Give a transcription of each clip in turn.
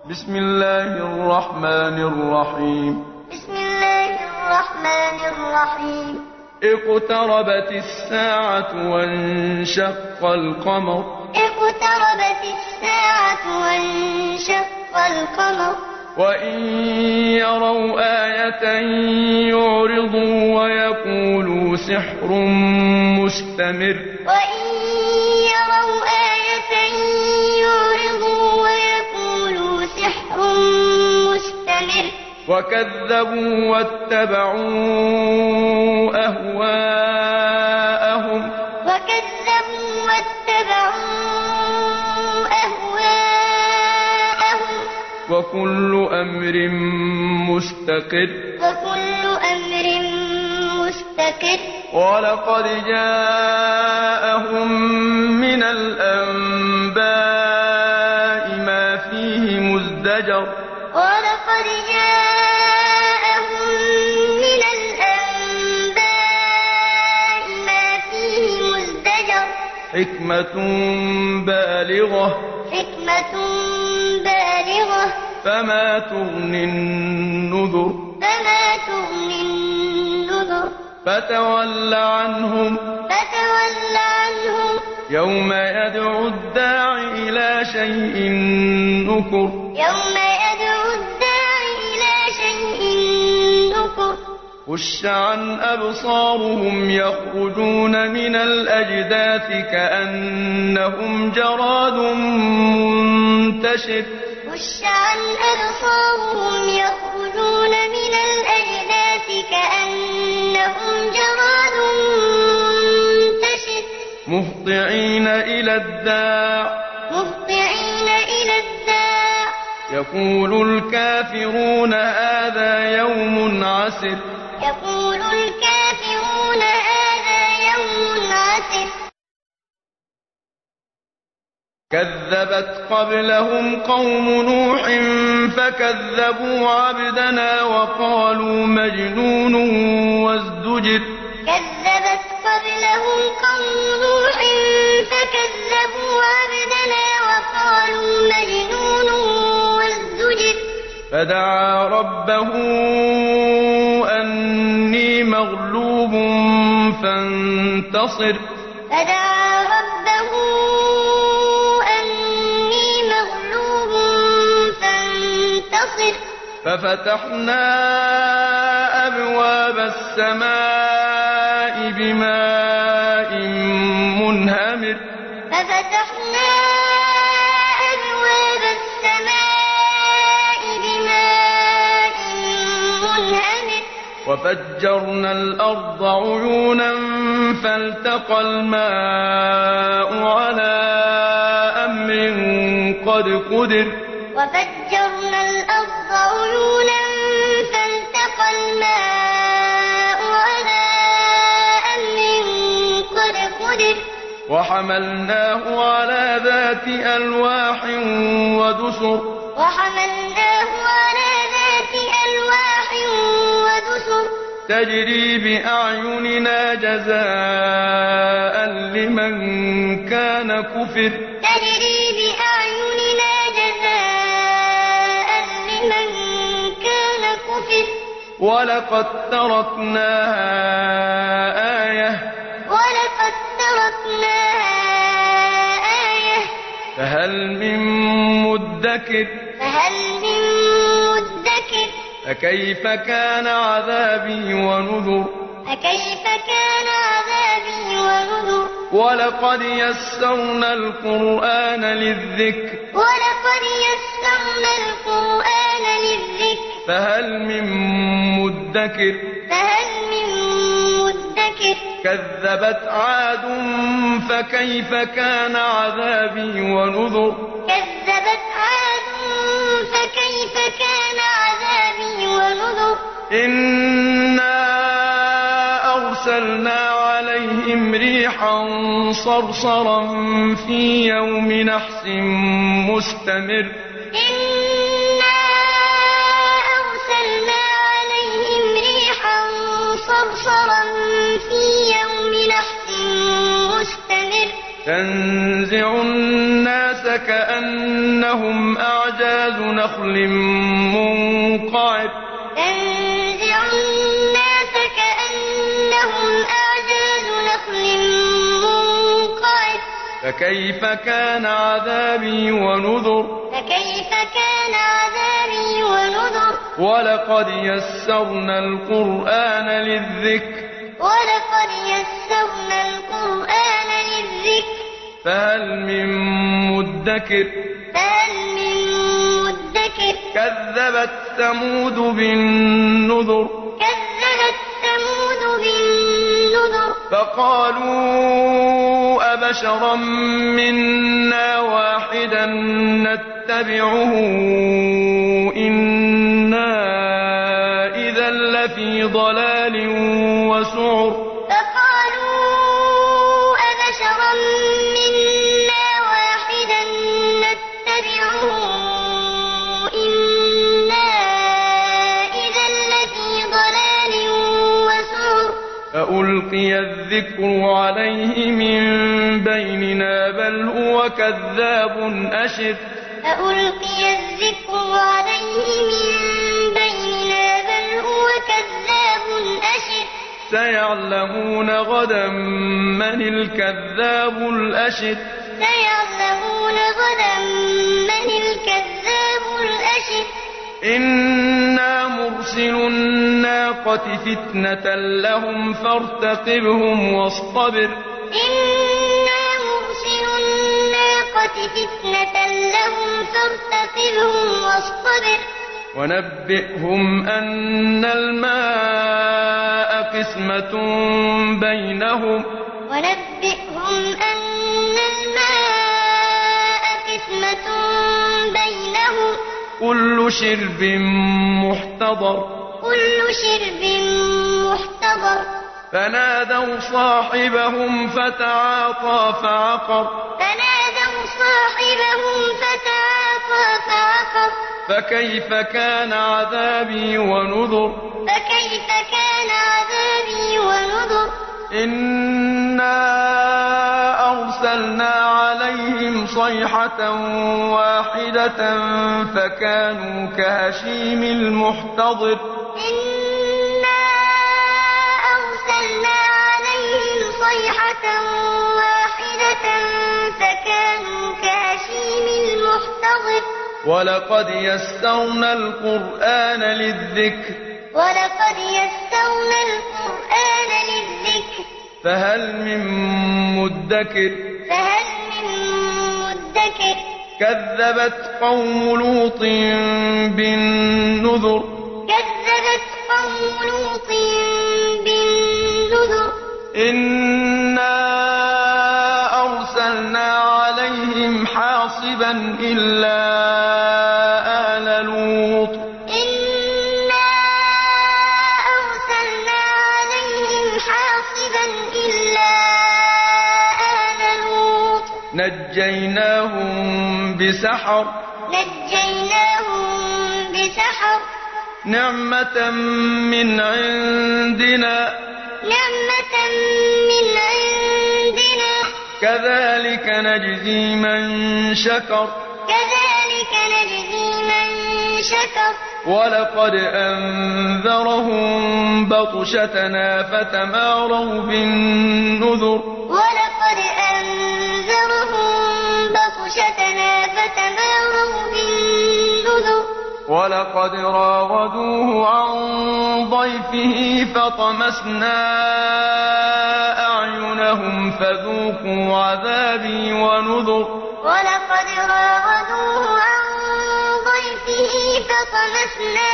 بسم الله الرحمن الرحيم بسم الله الرحمن الرحيم اقتربت الساعة وانشق القمر اقتربت الساعة وانشق القمر وإن يروا آية يعرضوا ويقولوا سحر مستمر وإن يروا آية يعرضوا ويقولوا سحر مستمر وكذبوا واتبعوا أهواءهم وكل أمر مستقر ولقد جاءهم من الأنباء ما فيه مزدجر حكمة بالغة فما تغني النذر فتول عنهم يوم يدعو الداع إلى شيء نكر خش عن أبصارهم يخرجون من الأجداث كأنهم جراد منتشر خش عن أبصارهم يخرجون من الأجداث كأنهم جراد منتشر مهطعين إلى الداع يقول الكافرون هذا يوم عسر كذبت قبلهم قوم نوح فكذبوا عبدنا وقالوا مجنون وازدجر فدعا ربه أني مغلوب فانتصر ففتحنا أبواب السماء بماء منهمر وفجرنا الأرض عيونا فالتقى الماء على أمر قد قدر وحملناه على ذات ألواح ودسر تجري بأعيننا جزاء لمن كان كفر ولقد تركناها آية فهل من مدكر فكيف كان عذابي ونذر ولقد يسرنا القرآن للذكر فهل من مدكر كذبت عاد فكيف كان عذابي ونذر إنا أرسلنا عليهم ريحا صرصرا في يوم نحس مستمر تنزع الناس كأنهم أعجاز أعجاز نخل منقعر تنزع الناس كأنهم أعجاز نخل منقعر فكيف كان عذابي ونذر فكيف كان عذابي ونذر ولقد يسرنا القرآن للذكر ولقد يسرنا القرآن للذكر فهل من مدكر فهل من مدكر كذبت ثمود بالنذر كذبت ثمود بالنذر فقالوا أبشرا منا واحدا نتبعه إنا إذا لفي ضلال وسعر فقالوا أبشرا منا واحدا نتبعه إنا إذا لفي ضلال وسعر فألقي الذكر عليه من بيننا بل هو كذاب أشر فألقي الذكر عليه من بيننا بل هو كذاب أشر سيعلمون غدا من الكذاب الأشر سيعلمون غدا من الكذاب الأشر إنا مرسل الناقة فتنة لهم فارتقبهم واصطبر إنا مرسل الناقة فتنة لهم فارتقبهم واصطبر ونبئهم أن الماء قسمة بينهم ونبئهم أن الماء قسمة بينهم كل شرب محتضر كل شرب محتضر فنادوا صاحبهم فتعاطى فعقر فنادوا صاحبهم فتعاطى فعقر فكيف كان عذابي ونذر فكيف كان عذابي ونذر إنا أرسلنا عليهم صيحة واحدة فكانوا كهشيم المحتضر إنا أرسلنا عليهم صيحة واحدة فكانوا كهشيم المحتضر ولقد يسرنا القرآن للذكر ولقد يسرنا القرآن للذكر فهل من مدكر فهل من مدكر كذبت قوم لوط بالنذر كذبت قوم لوط بالنذر إنا أرسلنا عليهم حاصبا إلا آل لوط إنا أرسلنا عليهم حاصبا إلا آل لوط نجيناهم بسحر نجيناهم بسحر نعمة من عندنا نعمة من عندنا كذلك نجزي من شكر كذلك نجزي من شكر ولقد أنذرهم بطشتنا فتماروا بالنذر ولقد أنذرهم بطشتنا فتماروا بالنذر ولقد راودوه عن ضيفه فطمسنا أعينهم فذوقوا عذابي ونذر ولقد راودوه عن ضيفه فطمسنا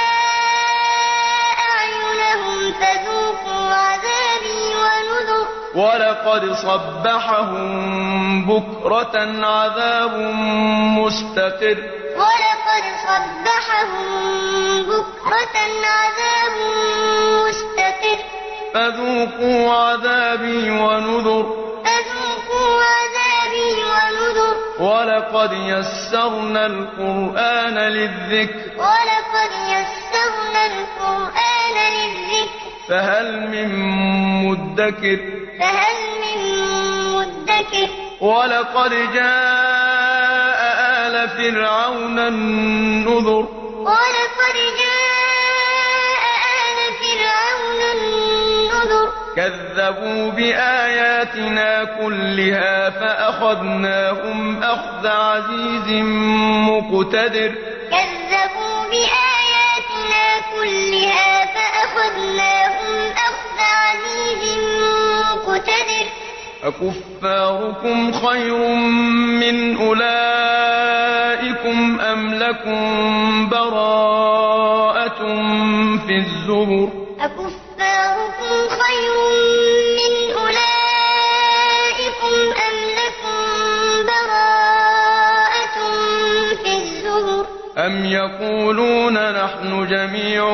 أعينهم فذوقوا عذابي ونذر ولقد صبحهم بكرة عذاب مستقر ولقد صبحهم بكرة عذاب مستقر فذوقوا عذابي ونذر فذوقوا عذابي ونذر ولقد يسرنا القرآن للذكر ولقد يسرنا القرآن للذكر فهل من مدكر فهل من مدكر ولقد جاء آل آل فرعون النذر ولقد جاء آل فرعون النذر كذبوا بآياتنا كلها فأخذناهم أخذ عزيز مقتدر كذبوا بآياتنا كلها فأخذناهم أخذ عزيز مقتدر أكفاركم خير من أولئكم أم لكم براءة في الزبر أكفاركم خير من أولئكم أم لكم براءة في الزبر أم يقولون نحن جميع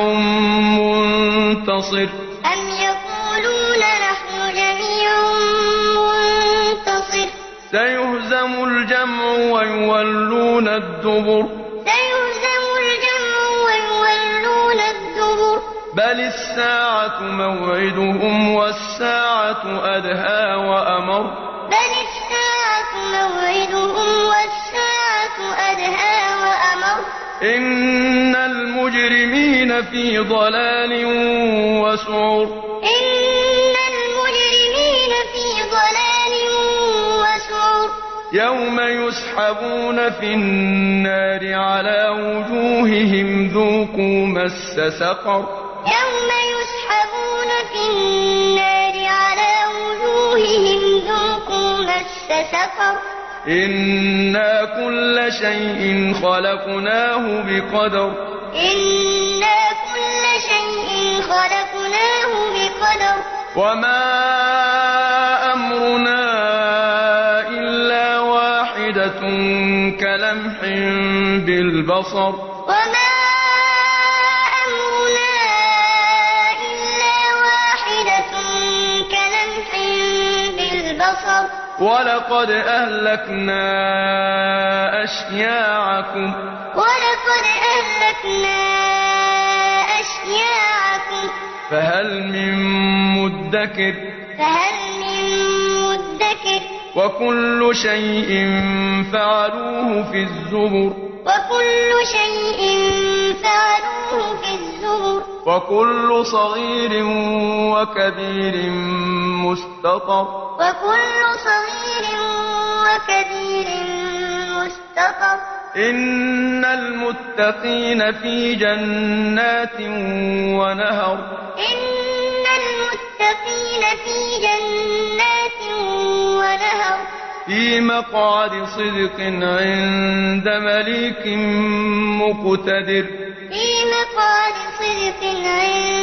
منتصر أم يقولون نحن جميع منتصر سيهزم الجمع ويولون الدبر سيهزم الجمع ويولون الدبر بل الساعة موعدهم والساعة أدهى وأمر بل الساعة موعدهم والساعة أدهى وأمر إن المجرمين في ضلال وسعر إن المجرمين في ضلال وسعر يوم يسحبون في النار على وجوههم ذوقوا مس سقر يوم يسحبون في النار على وجوههم ذوقوا مس سقر إنا كل شيء خلقناه بقدر إنا كل شيء خلقناه بقدر وما أمرنا إلا واحدة كلمح بالبصر وما أمرنا إلا واحدة كلمح بالبصر ولقد أهلكنا أشياعكم ولقد أهلكنا أشياعكم فهل من مدكر فهل من مدكر وكل شيء فعلوه في الزبر وكل شيء فعلوه في الزبر وكل صغير وكبير مستطر وكل صغير وكبير مستطر إن المتقين في جنات ونهر إن المتقين في جنات ونهر في مقعد صدق عند مليك مقتدر في مقعد صدق عند